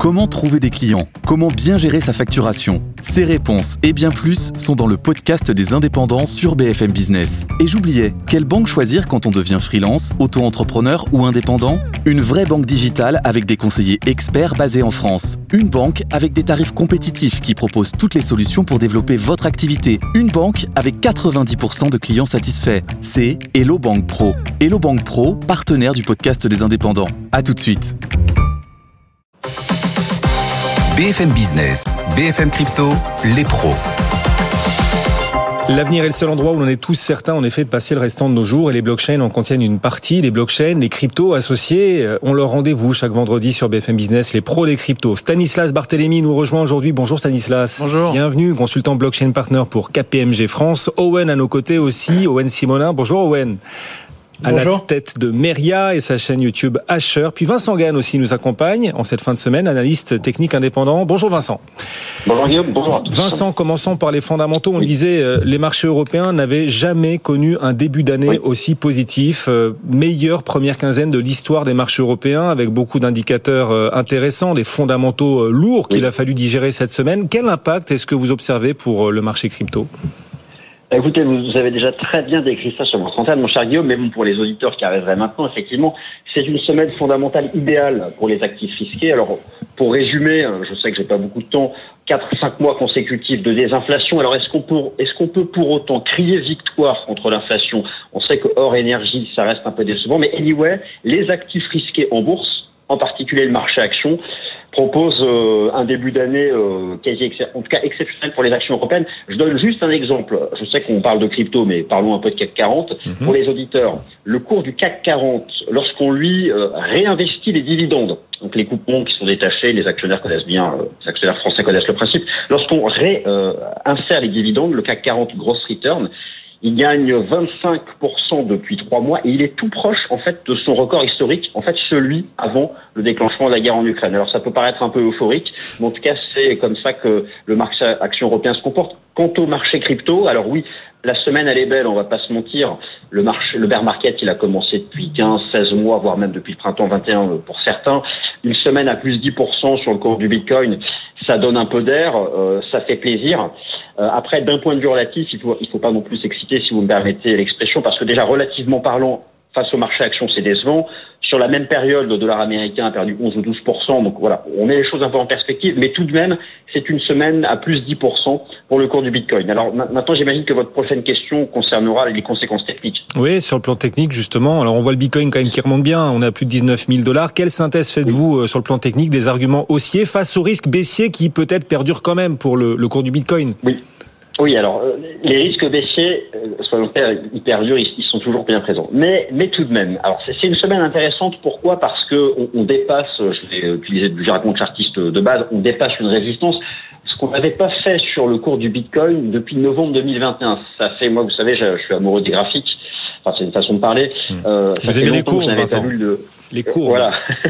Comment trouver des clients ? Comment bien gérer sa facturation ? Ces réponses et bien plus sont dans le podcast des indépendants sur BFM Business. Et j'oubliais, quelle banque choisir quand on devient freelance, auto-entrepreneur ou indépendant ? Une vraie banque digitale avec des conseillers experts basés en France. Une banque avec des tarifs compétitifs qui propose toutes les solutions pour développer votre activité. Une banque avec 90% de clients satisfaits. C'est Hello Bank Pro. Hello Bank Pro, partenaire du podcast des indépendants. À tout de suite. BFM Business, BFM Crypto, les pros. L'avenir est le seul endroit où l'on est tous certains, en effet, de passer le restant de nos jours. Et les blockchains en contiennent une partie. Les blockchains, les cryptos associés, ont leur rendez-vous chaque vendredi sur BFM Business, les pros des cryptos. Stanislas Barthélémy nous rejoint aujourd'hui. Bonjour Stanislas. Bonjour. Bienvenue, consultant blockchain partner pour KPMG France. Owen à nos côtés aussi, Owen Simonin. Bonjour Owen. À Bonjour. la tête de Meria et sa chaîne YouTube Asher. Puis Vincent Gann aussi nous accompagne en cette fin de semaine, analyste technique indépendant. Bonjour Vincent. Bonjour Guillaume, bonjour à tous. Vincent, commençons par les fondamentaux. On disait les marchés européens n'avaient jamais connu un début d'année aussi positif. Meilleure première quinzaine de l'histoire des marchés européens avec beaucoup d'indicateurs intéressants, des fondamentaux lourds qu'il a fallu digérer cette semaine. Quel impact est-ce que vous observez pour le marché crypto ? Écoutez, vous avez déjà très bien décrit ça sur votre antenne, mon cher Guillaume, mais bon, pour les auditeurs qui arriveraient maintenant, effectivement, c'est une semaine fondamentale idéale pour les actifs risqués. Alors, pour résumer, je sais que j'ai pas beaucoup de temps, 4-5 mois consécutifs de désinflation. Alors, est-ce qu'on peut pour autant crier victoire contre l'inflation ? On sait que hors énergie, ça reste un peu décevant, mais anyway, les actifs risqués en bourse, en particulier le marché actions, propose un début d'année en tout cas exceptionnel pour les actions européennes. Je donne juste un exemple. Je sais qu'on parle de crypto, mais parlons un peu de CAC 40. Pour les auditeurs, le cours du CAC 40, lorsqu'on lui réinvestit les dividendes, donc les coupons qui sont détachés, les actionnaires connaissent bien, les actionnaires français connaissent le principe, lorsqu'on insère les dividendes, le CAC 40 gross return, il gagne 25% depuis 3 mois et il est tout proche, en fait, de son record historique, en fait, celui avant le déclenchement de la guerre en Ukraine. Alors, ça peut paraître un peu euphorique, mais en tout cas, c'est comme ça que le marché action européen se comporte. Quant au marché crypto, alors oui, la semaine, elle est belle, on va pas se mentir. Le bear market, il a commencé depuis 15, 16 mois, voire même depuis le printemps 21 pour certains. Une semaine à plus 10% sur le cours du Bitcoin, ça donne un peu d'air, ça fait plaisir. Après, d'un point de vue relatif, il faut pas non plus s'exciter, si vous me permettez l'expression, parce que déjà, relativement parlant, face au marché action, c'est décevant. Sur la même période, le dollar américain a perdu 11 ou 12%. Donc voilà, on met les choses un peu en perspective. Mais tout de même, c'est une semaine à plus 10% pour le cours du Bitcoin. Alors maintenant, j'imagine que votre prochaine question concernera les conséquences techniques. Oui, sur le plan technique, justement. Alors, on voit le Bitcoin quand même qui remonte bien. On a plus de 19 000 $. Quelle synthèse faites-vous sur le plan technique des arguments haussiers face au risque baissier qui peut-être perdure quand même pour le cours du Bitcoin ? Oui, alors les risques baissiers, soyons clairs, ils perdurent, ils sont toujours bien présents. Mais tout de même, alors c'est une semaine intéressante. Pourquoi ? Parce que on dépasse, je vais utiliser du jargon chartiste de base, on dépasse une résistance. Ce qu'on n'avait pas fait sur le cours du Bitcoin depuis novembre 2021. Ça fait, moi, vous savez, je suis amoureux des graphiques. Enfin, c'est une façon de parler. Vous aimez les cours, Vincent. Les cours. Voilà.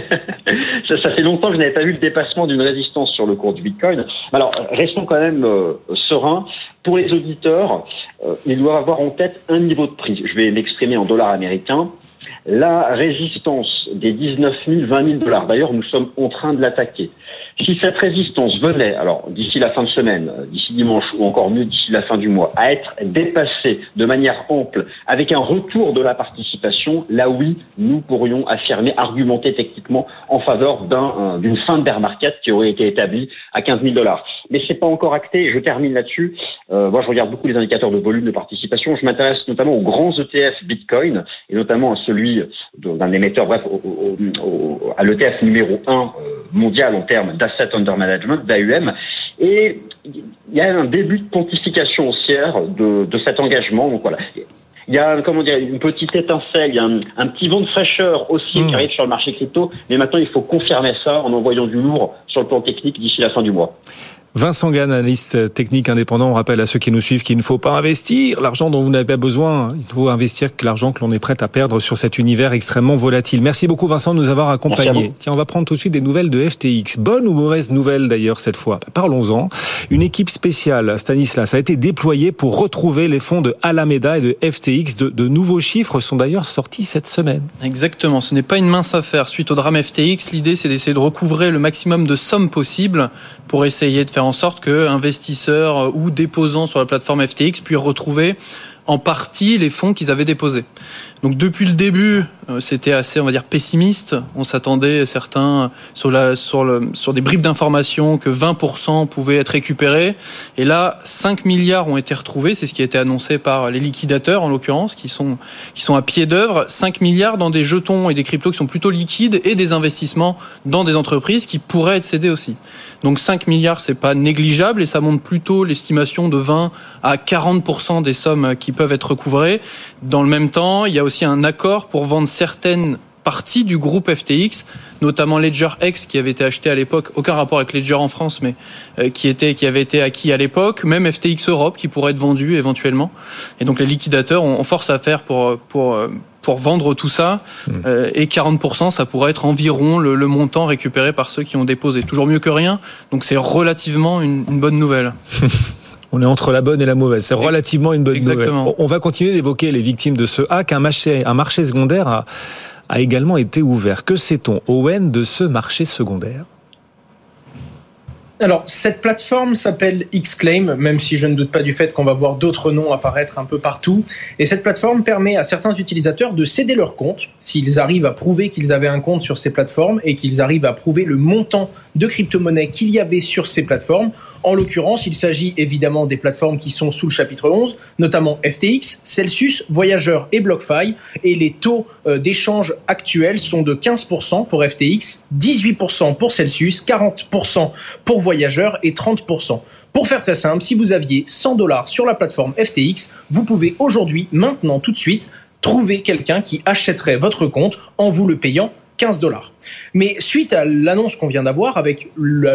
ça fait longtemps que je n'avais pas vu le dépassement d'une résistance sur le cours du Bitcoin. Alors, restons quand même sereins. Pour les auditeurs, ils doivent avoir en tête un niveau de prix. Je vais m'exprimer en dollars américains. La résistance des 19 000, 20 000 $. D'ailleurs, nous sommes en train de l'attaquer. Si cette résistance venait, alors d'ici la fin de semaine, d'ici dimanche ou encore mieux d'ici la fin du mois, à être dépassée de manière ample avec un retour de la participation, là oui, nous pourrions affirmer, argumenter techniquement en faveur d'une fin de bear market qui aurait été établie à 15 000 $. Mais c'est pas encore acté. Je termine là-dessus. Moi, je regarde beaucoup les indicateurs de volume de participation. Je m'intéresse notamment aux grands ETF Bitcoin et notamment à celui d'un émetteur, bref, à l'ETF numéro 1 mondial en termes d'asset under management, d'AUM. Et il y a un début de quantification haussière de cet engagement. Donc voilà. Il y a, une petite étincelle, il y a un petit vent de fraîcheur aussi qui arrive sur le marché crypto. Mais maintenant, il faut confirmer ça en envoyant du lourd sur le plan technique d'ici la fin du mois. Vincent Gann, analyste technique indépendant. On rappelle à ceux qui nous suivent qu'il ne faut pas investir l'argent dont vous n'avez pas besoin. Il faut investir l'argent que l'on est prêt à perdre sur cet univers extrêmement volatile. Merci beaucoup Vincent de nous avoir accompagnés. Tiens, on va prendre tout de suite des nouvelles de FTX. Bonne ou mauvaise nouvelle d'ailleurs cette fois? Parlons-en. Une équipe spéciale, Stanislas, a été déployée pour retrouver les fonds de Alameda et de FTX. De nouveaux chiffres sont d'ailleurs sortis cette semaine. Exactement, ce n'est pas une mince affaire. Suite au drame FTX, l'idée c'est d'essayer de recouvrer le maximum de sommes possibles pour essayer de faire en sorte que investisseurs ou déposants sur la plateforme FTX puissent retrouver en partie les fonds qu'ils avaient déposés. Donc depuis le début, c'était assez, on va dire, pessimiste. On s'attendait, certains, sur des bribes d'informations, que 20% pouvaient être récupérés. Et là, 5 milliards ont été retrouvés. C'est ce qui a été annoncé par les liquidateurs, en l'occurrence, qui sont à pied d'œuvre. 5 milliards dans des jetons et des cryptos qui sont plutôt liquides et des investissements dans des entreprises qui pourraient être cédés aussi. Donc 5 milliards, c'est pas négligeable et ça montre plutôt l'estimation de 20 à 40% des sommes qui peuvent être recouvrées. Dans le même temps, il y a aussi un accord pour vendre certaines parties du groupe FTX, notamment Ledger X qui avait été acheté à l'époque, aucun rapport avec Ledger en France, mais qui avait été acquis à l'époque, même FTX Europe qui pourrait être vendu éventuellement. Et donc les liquidateurs ont force à faire pour vendre tout ça, et 40%, ça pourrait être environ le montant récupéré par ceux qui ont déposé. Toujours mieux que rien, donc c'est relativement une bonne nouvelle. On est entre la bonne et la mauvaise. C'est relativement une bonne Exactement. nouvelle. On va continuer d'évoquer les victimes de ce hack. Un marché secondaire a également été ouvert. Que sait-on, Owen, de ce marché secondaire ? Alors, cette plateforme s'appelle Xclaim, même si je ne doute pas du fait qu'on va voir d'autres noms apparaître un peu partout. Et cette plateforme permet à certains utilisateurs de céder leur compte, s'ils arrivent à prouver qu'ils avaient un compte sur ces plateformes et qu'ils arrivent à prouver le montant de crypto-monnaie qu'il y avait sur ces plateformes. En l'occurrence, il s'agit évidemment des plateformes qui sont sous le chapitre 11, notamment FTX, Celsius, Voyager et BlockFi. Et les taux d'échange actuels sont de 15% pour FTX, 18% pour Celsius, 40% pour Voyager et 30%. Pour faire très simple, si vous aviez $100 sur la plateforme FTX, vous pouvez aujourd'hui, maintenant, tout de suite, trouver quelqu'un qui achèterait votre compte en vous le payant $15. Mais suite à l'annonce qu'on vient d'avoir, avec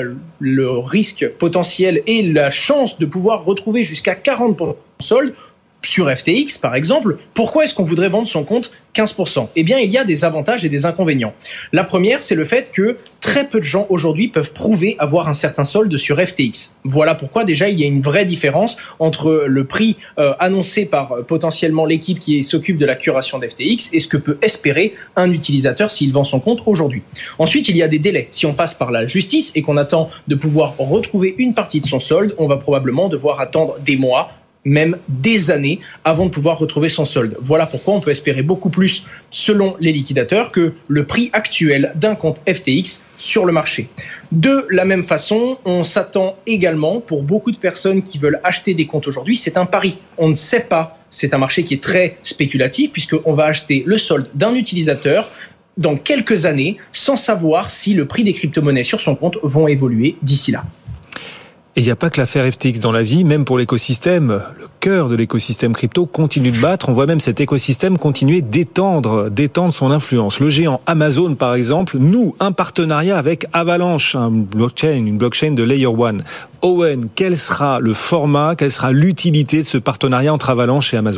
le risque potentiel et la chance de pouvoir retrouver jusqu'à 40% de solde sur FTX, par exemple, pourquoi est-ce qu'on voudrait vendre son compte 15%? Eh bien, il y a des avantages et des inconvénients. La première, c'est le fait que très peu de gens aujourd'hui peuvent prouver avoir un certain solde sur FTX. Voilà pourquoi déjà il y a une vraie différence entre le prix annoncé par potentiellement l'équipe qui s'occupe de la curation d'FTX et ce que peut espérer un utilisateur s'il vend son compte aujourd'hui. Ensuite, il y a des délais. Si on passe par la justice et qu'on attend de pouvoir retrouver une partie de son solde, on va probablement devoir attendre des mois, même des années, avant de pouvoir retrouver son solde. Voilà pourquoi on peut espérer beaucoup plus, selon les liquidateurs, que le prix actuel d'un compte FTX sur le marché. De la même façon, on s'attend également, pour beaucoup de personnes qui veulent acheter des comptes aujourd'hui, c'est un pari. On ne sait pas, c'est un marché qui est très spéculatif, puisqu'on va acheter le solde d'un utilisateur dans quelques années, sans savoir si le prix des crypto-monnaies sur son compte vont évoluer d'ici là. Et il n'y a pas que l'affaire FTX dans la vie, même pour l'écosystème, le cœur de l'écosystème crypto continue de battre. On voit même cet écosystème continuer d'étendre son influence. Le géant Amazon, par exemple, noue un partenariat avec Avalanche, une blockchain de Layer 1. Owen, quel sera le format, quelle sera l'utilité de ce partenariat entre Avalanche et Amazon ?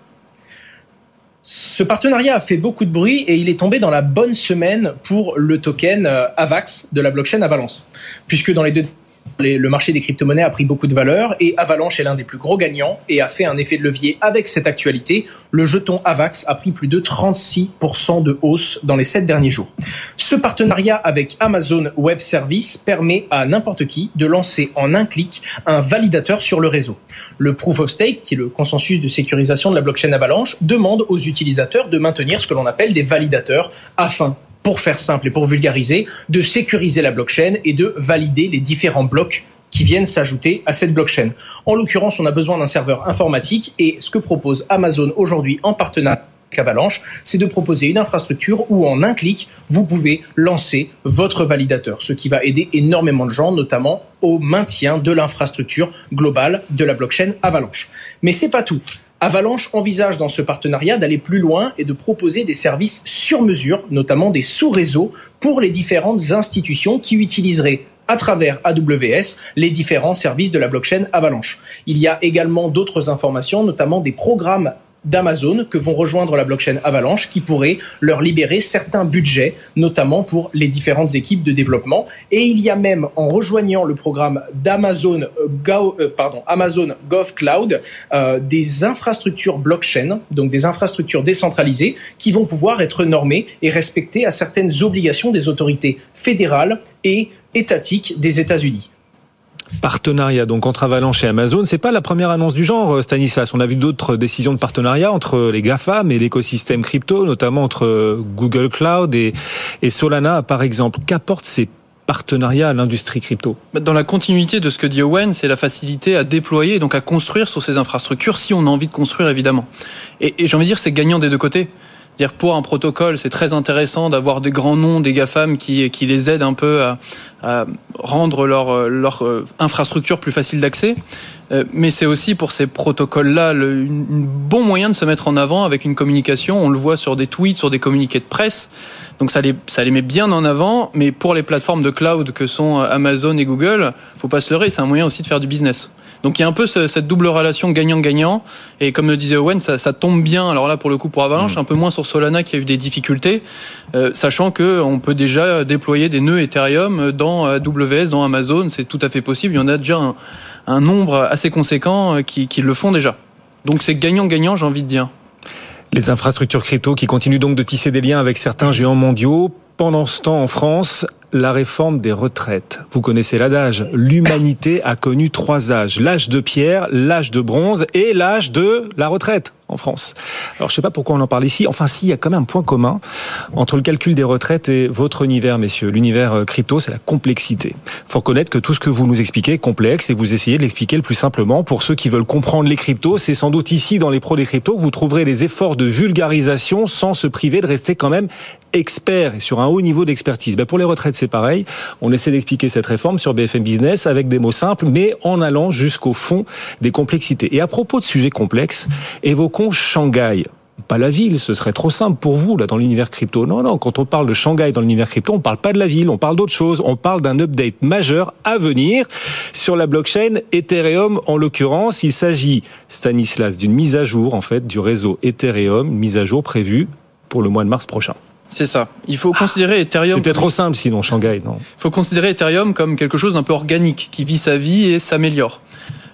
Ce partenariat a fait beaucoup de bruit et il est tombé dans la bonne semaine pour le token AVAX de la blockchain Avalanche. Puisque dans les deux le marché des crypto-monnaies a pris beaucoup de valeur et Avalanche est l'un des plus gros gagnants et a fait un effet de levier avec cette actualité. Le jeton AVAX a pris plus de 36% de hausse dans les 7 derniers jours. Ce partenariat avec Amazon Web Services permet à n'importe qui de lancer en un clic un validateur sur le réseau. Le Proof of Stake, qui est le consensus de sécurisation de la blockchain Avalanche, demande aux utilisateurs de maintenir ce que l'on appelle des validateurs afin, pour faire simple et pour vulgariser, de sécuriser la blockchain et de valider les différents blocs qui viennent s'ajouter à cette blockchain. En l'occurrence, on a besoin d'un serveur informatique et ce que propose Amazon aujourd'hui en partenariat avec Avalanche, c'est de proposer une infrastructure où en un clic, vous pouvez lancer votre validateur, ce qui va aider énormément de gens, notamment au maintien de l'infrastructure globale de la blockchain Avalanche. Mais c'est pas tout. Avalanche envisage dans ce partenariat d'aller plus loin et de proposer des services sur mesure, notamment des sous-réseaux pour les différentes institutions qui utiliseraient à travers AWS les différents services de la blockchain Avalanche. Il y a également d'autres informations, notamment des programmes d'Amazon que vont rejoindre la blockchain Avalanche qui pourrait leur libérer certains budgets, notamment pour les différentes équipes de développement. Et il y a même, en rejoignant le programme d'Amazon Amazon GovCloud, des infrastructures blockchain, donc des infrastructures décentralisées qui vont pouvoir être normées et respecter à certaines obligations des autorités fédérales et étatiques des États-Unis. Partenariat donc entre Avalanche et Amazon, c'est pas la première annonce du genre, Stanislas. On a vu d'autres décisions de partenariat entre les GAFAM et l'écosystème crypto, notamment entre Google Cloud et Solana par exemple. Qu'apportent ces partenariats à l'industrie crypto? Dans la continuité de ce que dit Owen, c'est la facilité à déployer, donc à construire sur ces infrastructures, si on a envie de construire évidemment. Et j'ai envie de dire, c'est gagnant des deux côtés. C'est-à-dire pour un protocole, c'est très intéressant d'avoir des grands noms, des GAFAM qui les aident un peu à rendre leur infrastructure plus facile d'accès. Mais c'est aussi pour ces protocoles-là un bon moyen de se mettre en avant avec une communication. On le voit sur des tweets, sur des communiqués de presse. Donc ça les met bien en avant. Mais pour les plateformes de cloud que sont Amazon et Google, faut pas se leurrer, c'est un moyen aussi de faire du business. Donc il y a un peu cette double relation gagnant-gagnant, et comme le disait Owen, ça tombe bien. Alors là, pour le coup, pour Avalanche, un peu moins sur Solana qui a eu des difficultés, sachant que on peut déjà déployer des nœuds Ethereum dans AWS, dans Amazon, c'est tout à fait possible. Il y en a déjà un nombre assez conséquent qui le font déjà. Donc c'est gagnant-gagnant, j'ai envie de dire. Les infrastructures crypto qui continuent donc de tisser des liens avec certains géants mondiaux. Pendant ce temps, en France, la réforme des retraites. Vous connaissez l'adage. L'humanité a connu 3 âges. L'âge de pierre, l'âge de bronze et l'âge de la retraite en France. Alors, je sais pas pourquoi on en parle ici. Enfin, si, il y a quand même un point commun entre le calcul des retraites et votre univers, messieurs. L'univers crypto, c'est la complexité. Faut reconnaître que tout ce que vous nous expliquez est complexe et vous essayez de l'expliquer le plus simplement. Pour ceux qui veulent comprendre les cryptos, c'est sans doute ici, dans les pros des cryptos, que vous trouverez les efforts de vulgarisation sans se priver de rester quand même expert et sur un haut niveau d'expertise. Pour les retraites, c'est pareil. On essaie d'expliquer cette réforme sur BFM Business avec des mots simples, mais en allant jusqu'au fond des complexités. Et à propos de sujets complexes, évoquons Shanghai. Pas la ville, ce serait trop simple pour vous, là, dans l'univers crypto. Non, quand on parle de Shanghai dans l'univers crypto, on parle pas de la ville, on parle d'autre chose. On parle d'un update majeur à venir sur la blockchain Ethereum, en l'occurrence. Il s'agit, Stanislas, d'une mise à jour, en fait, du réseau Ethereum, une mise à jour prévue pour le mois de mars prochain. C'est ça. Il faut considérer Ethereum... C'était trop simple sinon, Shanghai, non? Il faut considérer Ethereum comme quelque chose d'un peu organique, qui vit sa vie et s'améliore.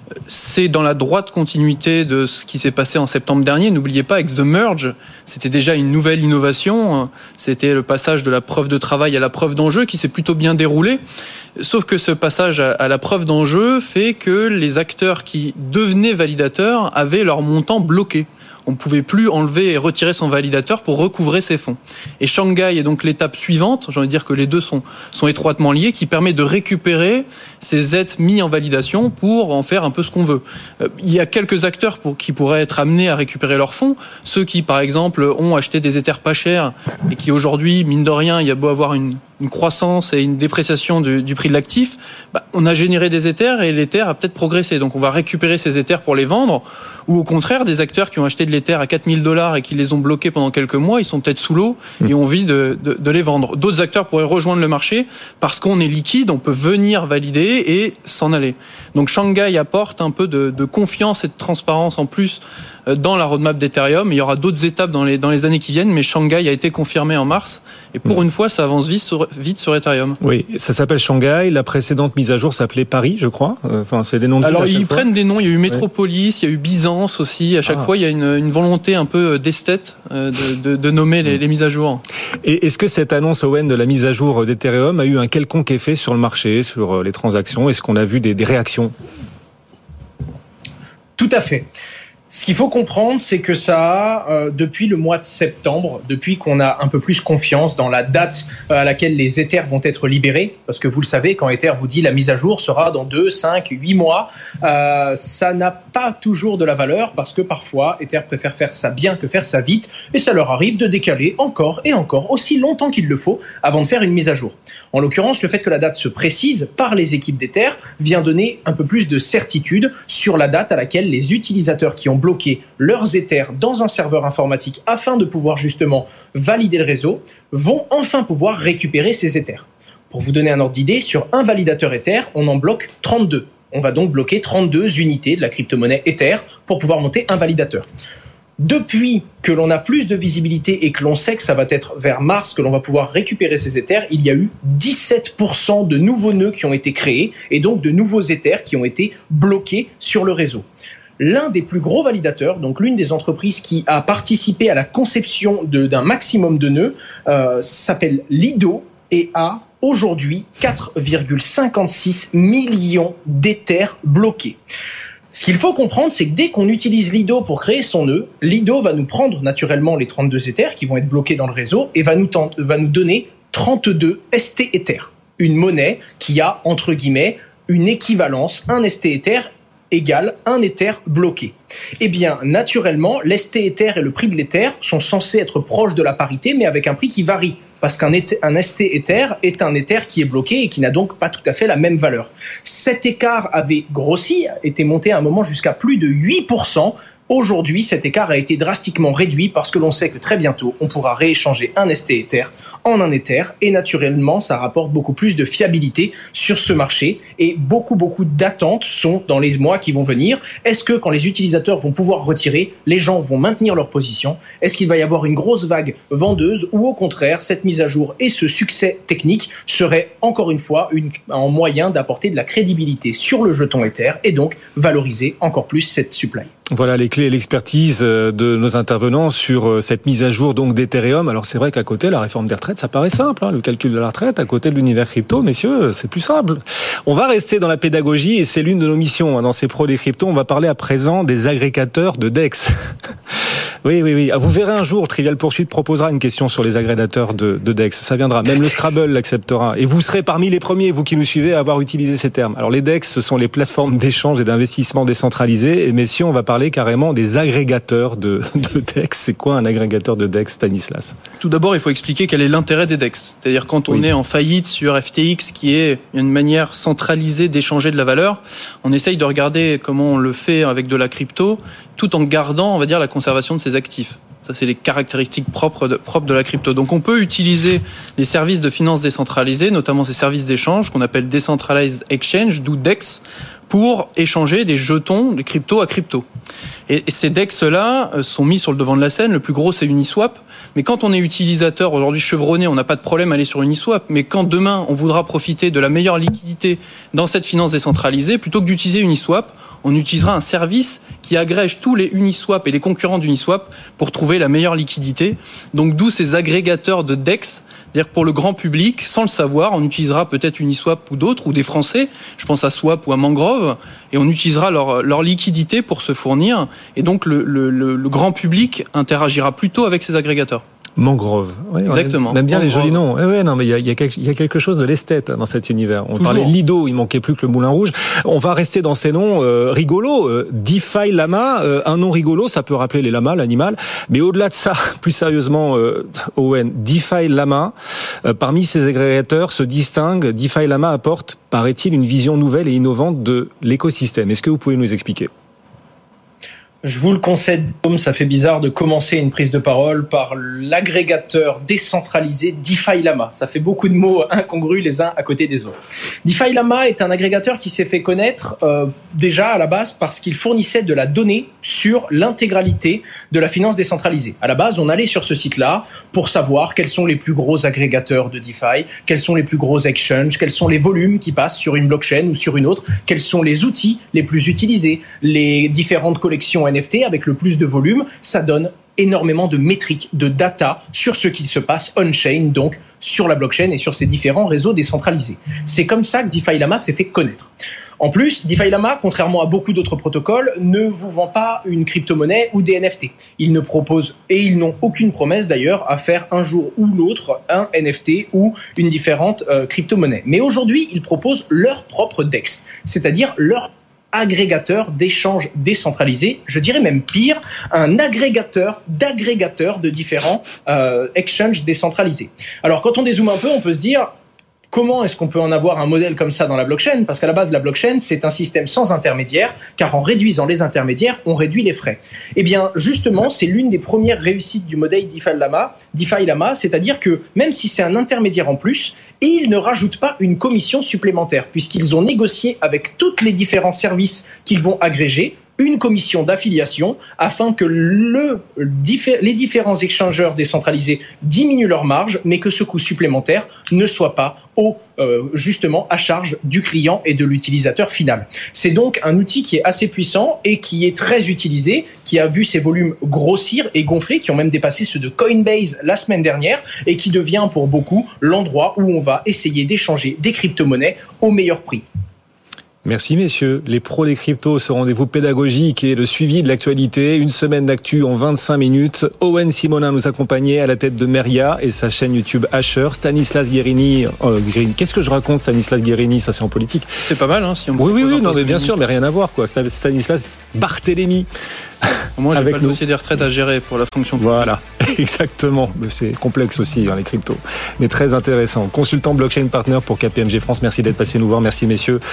C'est dans la droite continuité de ce qui s'est passé en septembre dernier. N'oubliez pas, avec The Merge, c'était déjà une nouvelle innovation. C'était le passage de la preuve de travail à la preuve d'enjeu qui s'est plutôt bien déroulé. Sauf que ce passage à la preuve d'enjeu fait que les acteurs qui devenaient validateurs avaient leur montant bloqué. On ne pouvait plus enlever et retirer son validateur pour recouvrer ses fonds. Et Shanghai est donc l'étape suivante, j'ai envie de dire que les deux sont étroitement liés, qui permet de récupérer ces eths mis en validation pour en faire un peu ce qu'on veut. Il y a quelques acteurs qui pourraient être amenés à récupérer leurs fonds. Ceux qui, par exemple, ont acheté des ethers pas chers et qui aujourd'hui, mine de rien, il y a beau avoir une croissance et une dépréciation du prix de l'actif, on a généré des ethers et l'ether a peut-être progressé. Donc on va récupérer ces ethers pour les vendre. Ou au contraire, des acteurs qui ont acheté de l'ether à $4,000 et qui les ont bloqués pendant quelques mois, ils sont peut-être sous l'eau et ont envie de les vendre. D'autres acteurs pourraient rejoindre le marché parce qu'on est liquide, on peut venir valider et s'en aller. Donc Shanghai apporte un peu de confiance et de transparence en plus dans la roadmap d'Ethereum. Il y aura d'autres étapes dans les années qui viennent, mais Shanghai a été confirmé en mars. Et pour une fois, ça avance vite sur Ethereum. Oui, ça s'appelle Shanghai. La précédente mise à jour s'appelait Paris, je crois. Enfin, c'est des noms de villes. Alors, ils prennent des noms. Il y a eu Métropolis, il y a eu Byzance aussi. À chaque fois, il y a une volonté un peu d'esthète de nommer les mises à jour. Et est-ce que cette annonce, Owen, de la mise à jour d'Ethereum a eu un quelconque effet sur le marché, sur les transactions? Est-ce qu'on a vu des réactions? Tout à fait. Ce qu'il faut comprendre, c'est que ça a, depuis le mois de septembre, depuis qu'on a un peu plus confiance dans la date à laquelle les Ethers vont être libérés, parce que vous le savez, quand Ether vous dit la mise à jour sera dans 2, 5, 8 mois, ça n'a pas toujours de la valeur, parce que parfois, Ether préfère faire ça bien que faire ça vite, et ça leur arrive de décaler encore et encore, aussi longtemps qu'il le faut, avant de faire une mise à jour. En l'occurrence, le fait que la date se précise par les équipes d'Ether vient donner un peu plus de certitude sur la date à laquelle les utilisateurs qui ont bloqué leurs Ethers dans un serveur informatique afin de pouvoir justement valider le réseau, vont enfin pouvoir récupérer ces Ethers. Pour vous donner un ordre d'idée, sur un validateur Ether, on en bloque 32. On va donc bloquer 32 unités de la crypto-monnaie Ether pour pouvoir monter un validateur. Depuis que l'on a plus de visibilité et que l'on sait que ça va être vers mars que l'on va pouvoir récupérer ces Ethers, il y a eu 17% de nouveaux nœuds qui ont été créés et donc de nouveaux Ethers qui ont été bloqués sur le réseau. L'un des plus gros validateurs, donc l'une des entreprises qui a participé à la conception d'un maximum de nœuds, s'appelle Lido et a aujourd'hui 4,56 millions d'Ethers bloqués. Ce qu'il faut comprendre, c'est que dès qu'on utilise Lido pour créer son nœud, Lido va nous prendre naturellement les 32 Ethers qui vont être bloqués dans le réseau et va nous donner 32 ST Ethers. Une monnaie qui a, entre guillemets, une équivalence, un ST Ether égale un Ether bloqué. Eh bien, naturellement, l'ST Ether et le prix de l'Ether sont censés être proches de la parité, mais avec un prix qui varie. Parce qu'un ST Ether est un Ether qui est bloqué et qui n'a donc pas tout à fait la même valeur. Cet écart avait grossi, était monté à un moment jusqu'à plus de 8%. Aujourd'hui, cet écart a été drastiquement réduit parce que l'on sait que très bientôt, on pourra rééchanger un ST Ether en un Ether et naturellement, ça rapporte beaucoup plus de fiabilité sur ce marché et beaucoup d'attentes sont dans les mois qui vont venir. Est-ce que quand les utilisateurs vont pouvoir retirer, les gens vont maintenir leur position? Est-ce qu'il va y avoir une grosse vague vendeuse ou au contraire, cette mise à jour et ce succès technique serait encore une fois un moyen d'apporter de la crédibilité sur le jeton Ether et donc valoriser encore plus cette supply? Voilà les clés et l'expertise de nos intervenants sur cette mise à jour donc d'Ethereum. Alors c'est vrai qu'à côté, la réforme des retraites, ça paraît simple, le calcul de la retraite. À côté de l'univers crypto, messieurs, c'est plus simple. On va rester dans la pédagogie et c'est l'une de nos missions dans ces pros des cryptos. On va parler à présent des agrégateurs de DEX. Oui. Vous verrez un jour, Trivial Pursuit proposera une question sur les agrégateurs de DEX. Ça viendra. Même le Scrabble l'acceptera. Et vous serez parmi les premiers, vous qui nous suivez, à avoir utilisé ces termes. Alors les DEX, ce sont les plateformes d'échange et d'investissement décentralisées. Et messieurs, on va parler carrément des agrégateurs de DEX. C'est quoi un agrégateur de DEX, Stanislas? Tout d'abord, il faut expliquer quel est l'intérêt des DEX. C'est-à-dire quand on est en faillite sur FTX, qui est une manière centralisée d'échanger de la valeur, on essaye de regarder comment on le fait avec de la crypto, tout en gardant, on va dire, la conservation de ses actifs. Ça, c'est les caractéristiques propres de la crypto. Donc, on peut utiliser les services de finance décentralisés, notamment ces services d'échange qu'on appelle Decentralized Exchange, d'où DEX, pour échanger des jetons de crypto à crypto. Et ces DEX-là sont mis sur le devant de la scène. Le plus gros, c'est Uniswap. Mais quand on est utilisateur aujourd'hui chevronné, on n'a pas de problème à aller sur Uniswap. Mais quand demain, on voudra profiter de la meilleure liquidité dans cette finance décentralisée, plutôt que d'utiliser Uniswap, on utilisera un service qui agrège tous les Uniswap et les concurrents d'Uniswap pour trouver la meilleure liquidité. Donc d'où ces agrégateurs de DEX. C'est-à-dire que pour le grand public, sans le savoir, on utilisera peut-être Uniswap ou d'autres, ou des Français, je pense à Swap ou à Mangrove, et on utilisera leur liquidité pour se fournir. Et donc le grand public interagira plutôt avec ces agrégateurs. Mangrove. Oui, exactement. On aime bien Mangrove. Les jolis noms. Non, mais il y a quelque chose de l'esthète dans cet univers. On parlait de Lido, il manquait plus que le Moulin Rouge. On va rester dans ces noms rigolos. DeFi Lama, un nom rigolo, ça peut rappeler les lamas, l'animal. Mais au-delà de ça, plus sérieusement, Owen, DeFi Lama, parmi ces agrégateurs, se distingue. DeFi Lama apporte, paraît-il, une vision nouvelle et innovante de l'écosystème. Est-ce que vous pouvez nous expliquer ? Je vous le concède, ça fait bizarre de commencer une prise de parole par l'agrégateur décentralisé DeFi Lama. Ça fait beaucoup de mots incongrus les uns à côté des autres. DeFi Lama est un agrégateur qui s'est fait connaître déjà à la base parce qu'il fournissait de la donnée sur l'intégralité de la finance décentralisée. À la base, on allait sur ce site-là pour savoir quels sont les plus gros agrégateurs de DeFi, quels sont les plus gros exchanges, quels sont les volumes qui passent sur une blockchain ou sur une autre, quels sont les outils les plus utilisés, les différentes collections NFT avec le plus de volume. Ça donne énormément de métriques, de data sur ce qui se passe on-chain, donc sur la blockchain et sur ces différents réseaux décentralisés. C'est comme ça que DeFi Lama s'est fait connaître. En plus, DeFi Lama, contrairement à beaucoup d'autres protocoles, ne vous vend pas une crypto-monnaie ou des NFT. Ils ne proposent, et ils n'ont aucune promesse d'ailleurs, à faire un jour ou l'autre un NFT ou une différente crypto-monnaie. Mais aujourd'hui, ils proposent leur propre DEX, c'est-à-dire leur agrégateur d'échanges décentralisés, je dirais même pire, un agrégateur d'agrégateurs de différents exchanges décentralisés. Alors quand on dézoome un peu, on peut se dire Comment est-ce qu'on peut en avoir un modèle comme ça dans la blockchain ? Parce qu'à la base, la blockchain, c'est un système sans intermédiaire, car en réduisant les intermédiaires, on réduit les frais. Eh bien, justement, c'est l'une des premières réussites du modèle DeFi Llama, c'est-à-dire que même si c'est un intermédiaire en plus, ils ne rajoutent pas une commission supplémentaire, puisqu'ils ont négocié avec tous les différents services qu'ils vont agréger une commission d'affiliation afin que les différents échangeurs décentralisés diminuent leurs marges, mais que ce coût supplémentaire ne soit pas justement à charge du client et de l'utilisateur final. C'est donc un outil qui est assez puissant et qui est très utilisé, qui a vu ses volumes grossir et gonfler, qui ont même dépassé ceux de Coinbase la semaine dernière et qui devient pour beaucoup l'endroit où on va essayer d'échanger des crypto-monnaies au meilleur prix. Merci messieurs, les pros des cryptos, ce rendez-vous pédagogique et le suivi de l'actualité, une semaine d'actu en 25 minutes. Owen Simonin nous accompagnait à la tête de Meria et sa chaîne YouTube Asher. Stanislas Guerini, qu'est-ce que je raconte Stanislas Guerini, ça c'est en politique. C'est pas mal hein, si on Oui, non mais bien sûr, mais rien à voir quoi. Stanislas Barthélémy. Moi, j'ai pas le dossier des retraites à gérer pour la fonction. Voilà, exactement. C'est complexe aussi, les cryptos. Mais très intéressant. Consultant blockchain partner pour KPMG France. Merci d'être passé nous voir. Merci, messieurs.